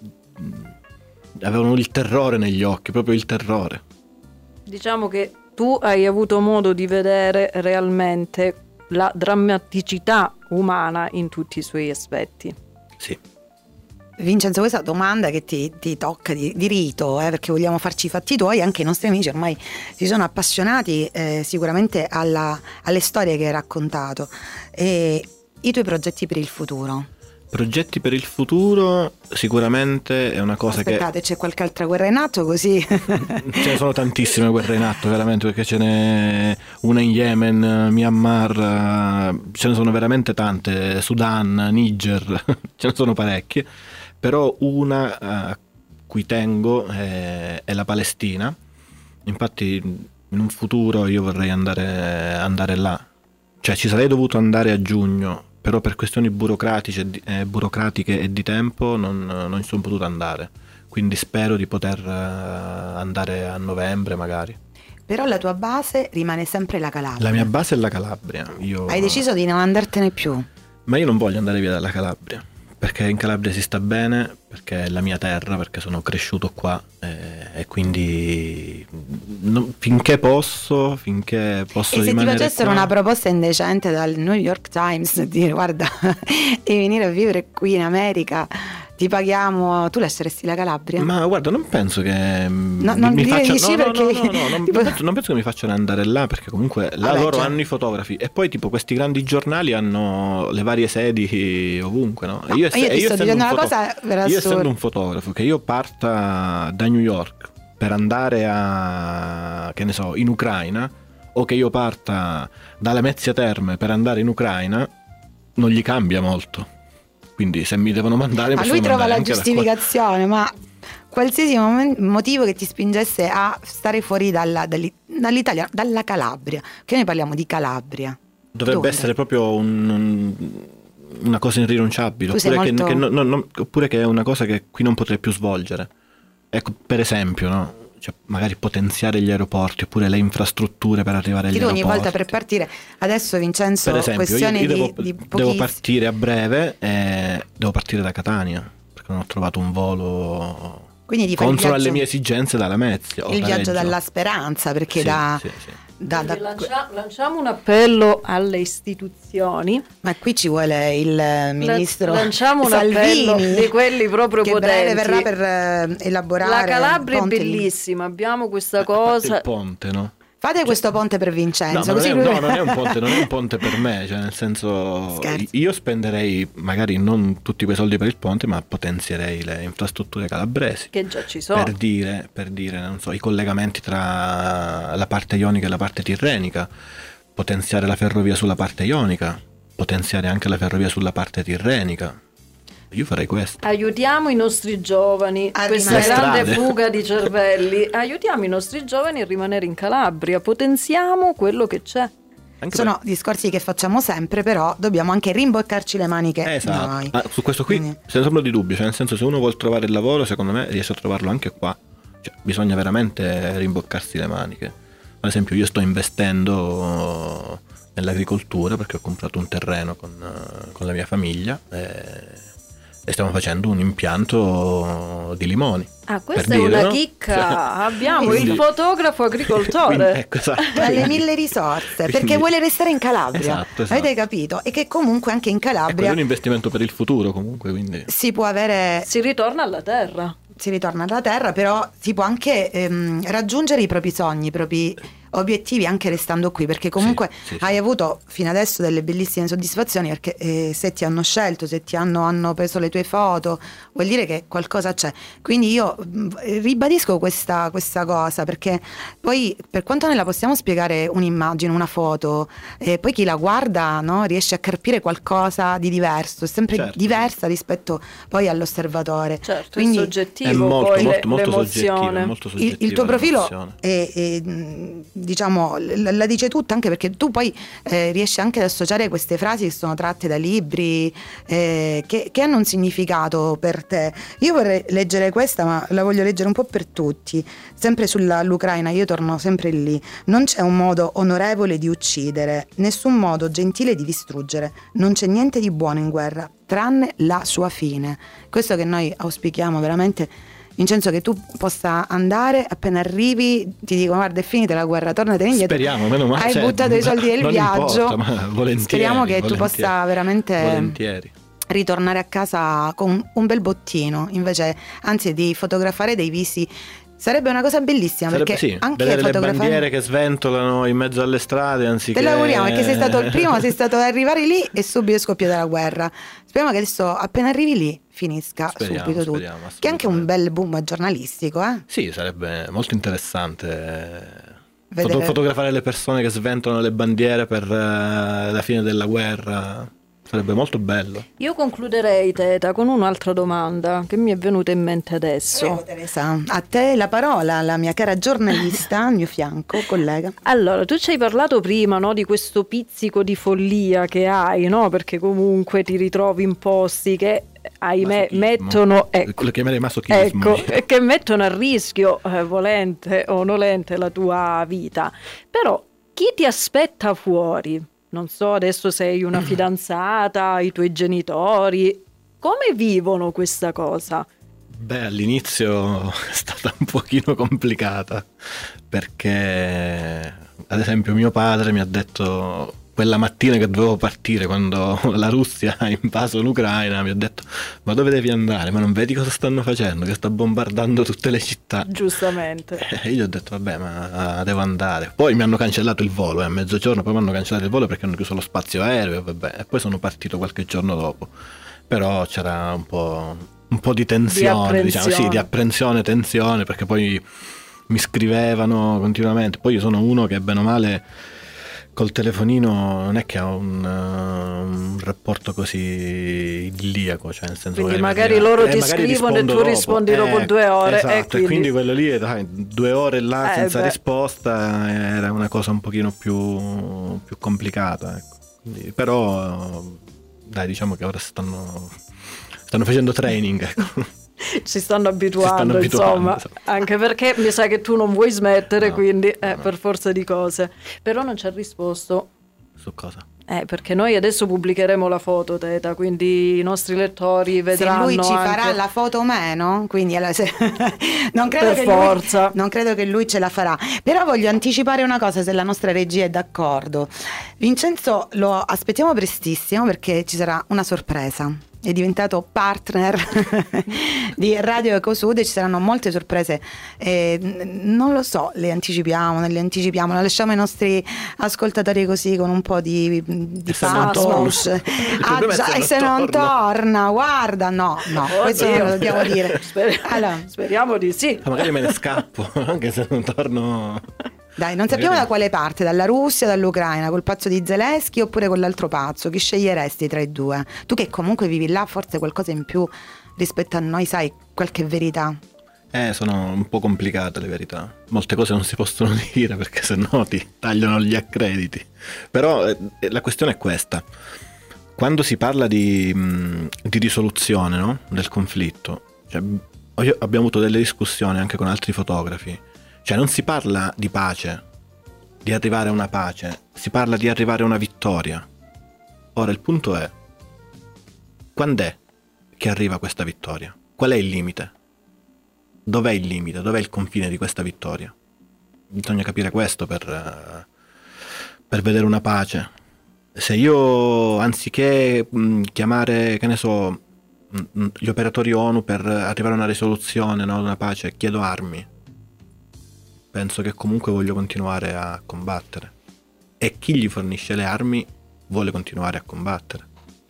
avevano il terrore negli occhi, proprio il terrore. Diciamo che tu hai avuto modo di vedere realmente la drammaticità umana in tutti i suoi aspetti. Sì. Vincenzo, questa domanda che ti tocca di rito, perché vogliamo farci i fatti tuoi, anche i nostri amici ormai si sono appassionati sicuramente alle storie che hai raccontato. E i tuoi progetti per il futuro? Progetti per il futuro sicuramente è una cosa Aspettate, c'è qualche altra guerra in atto così? Ce ne sono tantissime guerre in atto veramente, perché ce n'è una in Yemen, Myanmar, ce ne sono veramente tante, Sudan, Niger, ce ne sono parecchie, però una a cui tengo è la Palestina. Infatti in un futuro io vorrei andare là, cioè ci sarei dovuto andare a giugno, però per questioni burocratiche e di tempo non ci sono potuto andare, quindi spero di poter andare a novembre magari. Però la tua base rimane sempre la Calabria. La mia base è la Calabria. Hai deciso di non andartene più? Ma io non voglio andare via dalla Calabria, perché in Calabria si sta bene, perché è la mia terra, perché sono cresciuto qua e quindi finché posso e rimanere qua. E se ti facessero una proposta indecente dal New York Times di dire guarda devi venire a vivere qui in America, ti paghiamo, tu lasceresti la Calabria? Ma guarda, non penso che non mi dire faccia perché non penso che mi facciano andare là, perché comunque là loro hanno i fotografi e poi tipo questi grandi giornali hanno le varie sedi ovunque, no? Io ti sto dicendo una cosa per assurdo. Io essendo un fotografo, che io parta da New York per andare a, che ne so, in Ucraina, o che io parta dalla Mezzia Terme per andare in Ucraina, non gli cambia molto. Quindi se mi devono mandare, ma lui trova la giustificazione, ma qualsiasi motivo che ti spingesse a stare fuori dall'Italia, dalla Calabria, che noi parliamo di Calabria, dovrebbe essere proprio una cosa irrinunciabile, oppure che è una cosa che qui non potrei più svolgere. Ecco, per esempio, no? Cioè, magari potenziare gli aeroporti oppure le infrastrutture per arrivare agli aeroporti. Tu ogni volta per partire, adesso Vincenzo, per esempio, questione io devo di partire a breve e devo partire da Catania perché non ho trovato un volo consono alle mie esigenze dalla Lamezia. Il viaggio dalla speranza, perché lanciamo un appello alle istituzioni. Ma qui ci vuole il ministro lanciamo un Salvini, appello di quelli proprio che potenti. breve verrà per elaborare. La Calabria è bellissima, abbiamo questa cosa. Il ponte, no? Fate questo ponte per Vincenzo. Non è un ponte per me, cioè nel senso, io spenderei magari non tutti quei soldi per il ponte, ma potenzierei le infrastrutture calabresi. Che già ci sono. Per dire, non so, i collegamenti tra la parte ionica e la parte tirrenica, potenziare la ferrovia sulla parte ionica, potenziare anche la ferrovia sulla parte tirrenica. Io farei questo. Aiutiamo i nostri giovani, questa grande fuga di cervelli. Aiutiamo i nostri giovani a rimanere in Calabria, potenziamo quello che c'è. Sono discorsi che facciamo sempre, però dobbiamo anche rimboccarci le maniche. Esatto. Noi. Su questo qui senza ombra di dubbio, cioè nel senso, se uno vuol trovare il lavoro, secondo me riesce a trovarlo anche qua. Cioè, bisogna veramente rimboccarsi le maniche. Ad esempio, io sto investendo nell'agricoltura perché ho comprato un terreno con la mia famiglia e stiamo facendo un impianto di limoni. Questa è una chicca. Abbiamo il fotografo agricoltore. Ecco, esatto. Dalle mille risorse, perché vuole restare in Calabria. Esatto. Avete capito? E che comunque anche in Calabria è un investimento per il futuro, comunque, quindi si può avere, si ritorna alla terra. Però si può anche raggiungere i propri sogni, i propri obiettivi anche restando qui, perché comunque hai avuto fino adesso delle bellissime soddisfazioni, perché se ti hanno scelto, se ti hanno preso le tue foto, vuol dire che qualcosa c'è. Quindi io ribadisco questa cosa, perché poi per quanto noi la possiamo spiegare un'immagine, una foto, poi chi la guarda, no, riesce a capire qualcosa di diverso, è sempre diversa rispetto poi all'osservatore. Certo, quindi è soggettivo, è molto poi soggettivo, l'emozione. molto soggettivo. Il tuo profilo è diciamo la dice tutta, anche perché tu poi riesci anche ad associare queste frasi che sono tratte da libri che hanno un significato per te. Io vorrei leggere questa, ma la voglio leggere un po' per tutti, sempre sull'Ucraina. Io torno sempre lì. Non c'è un modo onorevole di uccidere, nessun modo gentile di distruggere, non c'è niente di buono in guerra tranne la sua fine. Questo che noi auspichiamo veramente, Vincenzo, che tu possa andare, appena arrivi ti dico guarda è finita la guerra, tornate indietro. Speriamo, meno male. Hai buttato i soldi del viaggio, importa, ma volentieri, speriamo che tu possa veramente volentieri ritornare a casa con un bel bottino, invece anzi di fotografare dei visi. Sarebbe una cosa bellissima, perché sì, anche vedere fotografare le bandiere che sventolano in mezzo alle strade anziché... Te l'auguriamo, perché sei stato il primo, sei stato ad arrivare lì e subito è scoppiata la guerra. Speriamo che adesso appena arrivi lì finisca subito tutto. Che è anche un bel boom giornalistico, Sì, sarebbe molto interessante vedere... fotografare le persone che sventolano le bandiere per la fine della guerra. Sarebbe molto bello. Io concluderei, Teta, con un'altra domanda che mi è venuta in mente adesso. Prego, Teresa, a te la parola, la mia cara giornalista al mio fianco, collega. Allora, tu ci hai parlato prima, no, di questo pizzico di follia che hai, no? Perché comunque ti ritrovi in posti che, ahimè, mettono... Quello che chiamerei masochismo. Ecco, che mettono a rischio, volente o nolente, la tua vita. Però chi ti aspetta fuori? Non so, adesso sei una fidanzata, i tuoi genitori, come vivono questa cosa? Beh, all'inizio è stata un pochino complicata, perché ad esempio mio padre mi ha detto quella mattina che dovevo partire, quando la Russia ha invaso l'Ucraina, mi ha detto ma dove devi andare? Ma non vedi cosa stanno facendo? Che sta bombardando tutte le città. Giustamente. E io ho detto vabbè, ma devo andare. Poi mi hanno cancellato il volo, a mezzogiorno, poi mi hanno cancellato il volo perché hanno chiuso lo spazio aereo, vabbè. E poi sono partito qualche giorno dopo. Però c'era un po' di tensione, diciamo, sì, di apprensione, tensione, perché poi mi scrivevano continuamente. Poi io sono uno che bene o male col telefonino non è che ha un rapporto così idilliaco, cioè nel senso quindi magari loro ti scrivono e tu rispondi dopo 2 ore, esatto, e quindi quello lì, dai, 2 ore là senza risposta era una cosa un pochino più complicata, ecco. Quindi, però dai, diciamo che ora stanno facendo training, ecco. Ci stanno abituando, insomma, anche perché mi sa che tu non vuoi smettere, no, quindi no. Per forza di cose. Però non ci ha risposto. Su cosa? Perché noi adesso pubblicheremo la foto, Teta, quindi i nostri lettori vedranno. Se lui ci anche... farà la foto o meno, quindi allora, non credo per che forza. Non credo che lui ce la farà. Però voglio anticipare una cosa, se la nostra regia è d'accordo. Vincenzo lo aspettiamo prestissimo, perché ci sarà una sorpresa. È diventato partner di Radio Ecosud e ci saranno molte sorprese, non lo so, le anticipiamo, non le anticipiamo, la lasciamo ai nostri ascoltatori così con un po' di pathos. E se non torna, guarda, no, questo non lo dobbiamo dire. Speriamo di sì. Ma magari me ne scappo, anche se non torno. Dai, non sappiamo da quale parte, dalla Russia, dall'Ucraina, col pazzo di Zelensky oppure con l'altro pazzo. Chi sceglieresti tra i due? Tu che comunque vivi là, forse qualcosa in più rispetto a noi, sai, qualche verità? Sono un po' complicate le verità. Molte cose non si possono dire perché sennò ti tagliano gli accrediti. Però la questione è questa. Quando si parla di risoluzione, no? Del conflitto, cioè, abbiamo avuto delle discussioni anche con altri fotografi. Cioè non si parla di pace, di arrivare a una pace, si parla di arrivare a una vittoria. Ora il punto è, quando è che arriva questa vittoria? Qual è il limite? Dov'è il limite? Dov'è il confine di questa vittoria? Bisogna capire questo per vedere una pace. Se io, anziché chiamare, che ne so, gli operatori ONU per arrivare a una risoluzione, no, una pace, chiedo armi, penso che comunque voglio continuare a combattere, e chi gli fornisce le armi vuole continuare a combattere.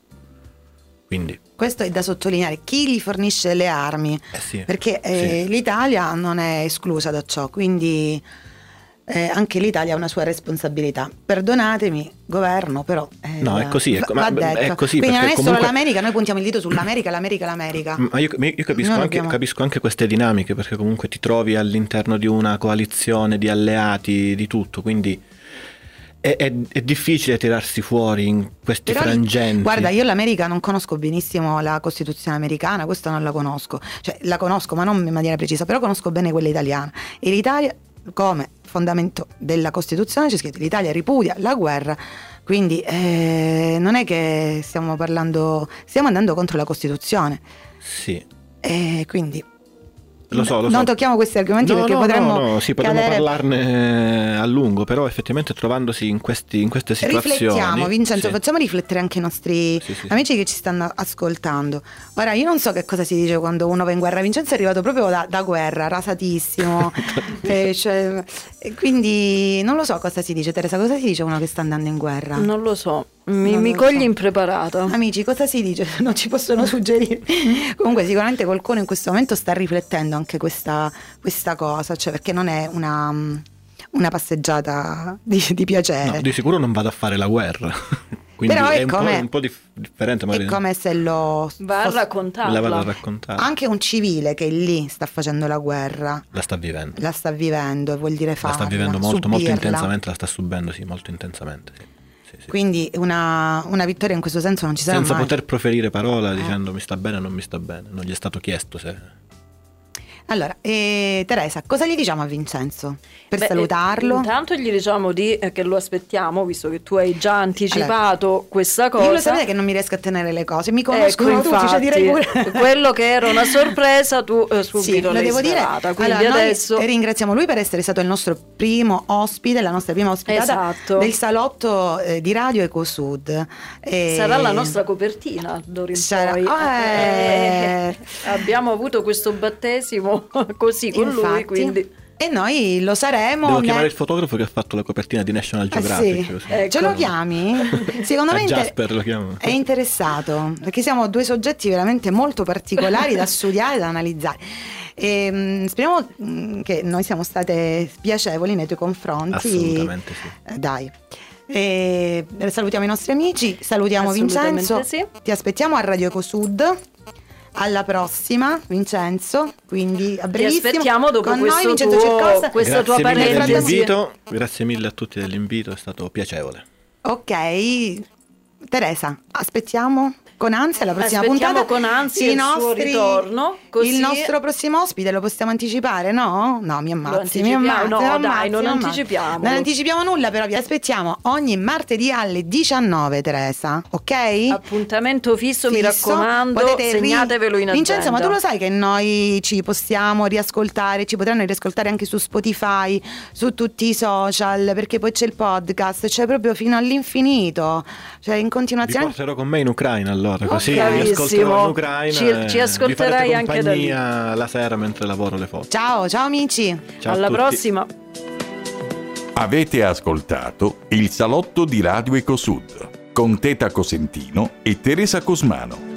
Quindi questo è da sottolineare, chi gli fornisce le armi, sì, perché sì. L'Italia non è esclusa da ciò, quindi anche l'Italia ha una sua responsabilità. Perdonatemi, governo, però no, è così, va detto. è così. Quindi non è comunque... solo l'America, noi puntiamo il dito sull'America, l'America. Ma io capisco anche queste dinamiche, perché comunque ti trovi all'interno di una coalizione di alleati, di tutto, quindi è difficile tirarsi fuori in questi frangenti. Guarda, io l'America non conosco benissimo la Costituzione americana, questa non la conosco, cioè la conosco ma non in maniera precisa, però conosco bene quella italiana, e l'Italia, come fondamento della Costituzione c'è scritto: l'Italia ripudia la guerra, quindi non è che stiamo andando contro la Costituzione. Sì. Quindi lo so. Non tocchiamo questi argomenti perché potremmo parlarne a lungo, però effettivamente trovandosi in queste situazioni. Riflettiamo, Vincenzo, sì. Facciamo riflettere anche i nostri amici che ci stanno ascoltando. Ora, io non so che cosa si dice quando uno va in guerra. Vincenzo è arrivato proprio da guerra, rasatissimo. Quindi non lo so cosa si dice. Teresa, cosa si dice uno che sta andando in guerra? Non lo so. Mi cogli impreparata. Amici, cosa si dice? Non ci possono suggerire. Comunque sicuramente qualcuno in questo momento sta riflettendo anche questa cosa, cioè perché non è una passeggiata di piacere. No, di sicuro non vado a fare la guerra. Quindi però è un po' differente. È come se va a raccontarla. La vado a raccontare. Anche un civile che lì sta facendo la guerra la sta vivendo e vuol dire farla, la sta vivendo molto subirla. intensamente, la sta subendo molto intensamente, sì. Quindi una vittoria in questo senso non ci sarà senza mai. poter proferire parola dicendo mi sta bene o non mi sta bene, non gli è stato chiesto se... Allora, Teresa, cosa gli diciamo a Vincenzo per salutarlo? Intanto gli diciamo che lo aspettiamo, visto che tu hai già anticipato questa cosa. Io lo sapete che non mi riesco a tenere le cose, mi conoscono tutti, cioè direi pure. Quello che era una sorpresa tu subito lo devo dire. Quindi allora, adesso noi ringraziamo lui per essere stato il nostro primo ospite, la nostra prima ospitata del salotto di Radio Ecosud. Sarà la nostra copertina d'ora in poi. Abbiamo avuto questo battesimo così con lui, quindi e noi lo saremo. Devo chiamare il fotografo che ha fatto la copertina di National Geographic. Sì. Ecco. Ce lo chiami? Secondo me Jasper lo chiamo. È interessato, perché siamo due soggetti veramente molto particolari da studiare, da analizzare. E speriamo che noi siamo state piacevoli nei tuoi confronti. Assolutamente sì. Dai. Salutiamo i nostri amici, salutiamo Vincenzo. Sì. Ti aspettiamo a Radio Ecosud. Alla prossima, Vincenzo. Quindi a brevissimo. Ti aspettiamo dopo con questo noi, Vincenzo Cercosa. Questa tua parentesi. Grazie mille a tutti dell'invito, è stato piacevole. Ok, Teresa, aspettiamo con ansia la prossima puntata. Con ansia il suo ritorno. Così... Il nostro prossimo ospite lo possiamo anticipare, no? No, mi ammazzi. Non anticipiamo. Non anticipiamo nulla, però vi aspettiamo ogni martedì alle 19, Teresa, ok? Appuntamento fisso, mi raccomando, segnatevelo in agenda. Vincenzo, ma tu lo sai che noi ci possiamo riascoltare, ci potranno riascoltare anche su Spotify, su tutti i social, perché poi c'è il podcast, c'è proprio fino all'infinito, cioè in continuazione. Vi porterò con me in Ucraina allora, così vi ascolterò in Ucraina. Ci ascolterai anche da lì. La sera mentre lavoro le foto. Ciao amici. Ciao alla prossima. Avete ascoltato il salotto di Radio Ecosud con Teta Cosentino e Teresa Cosmano.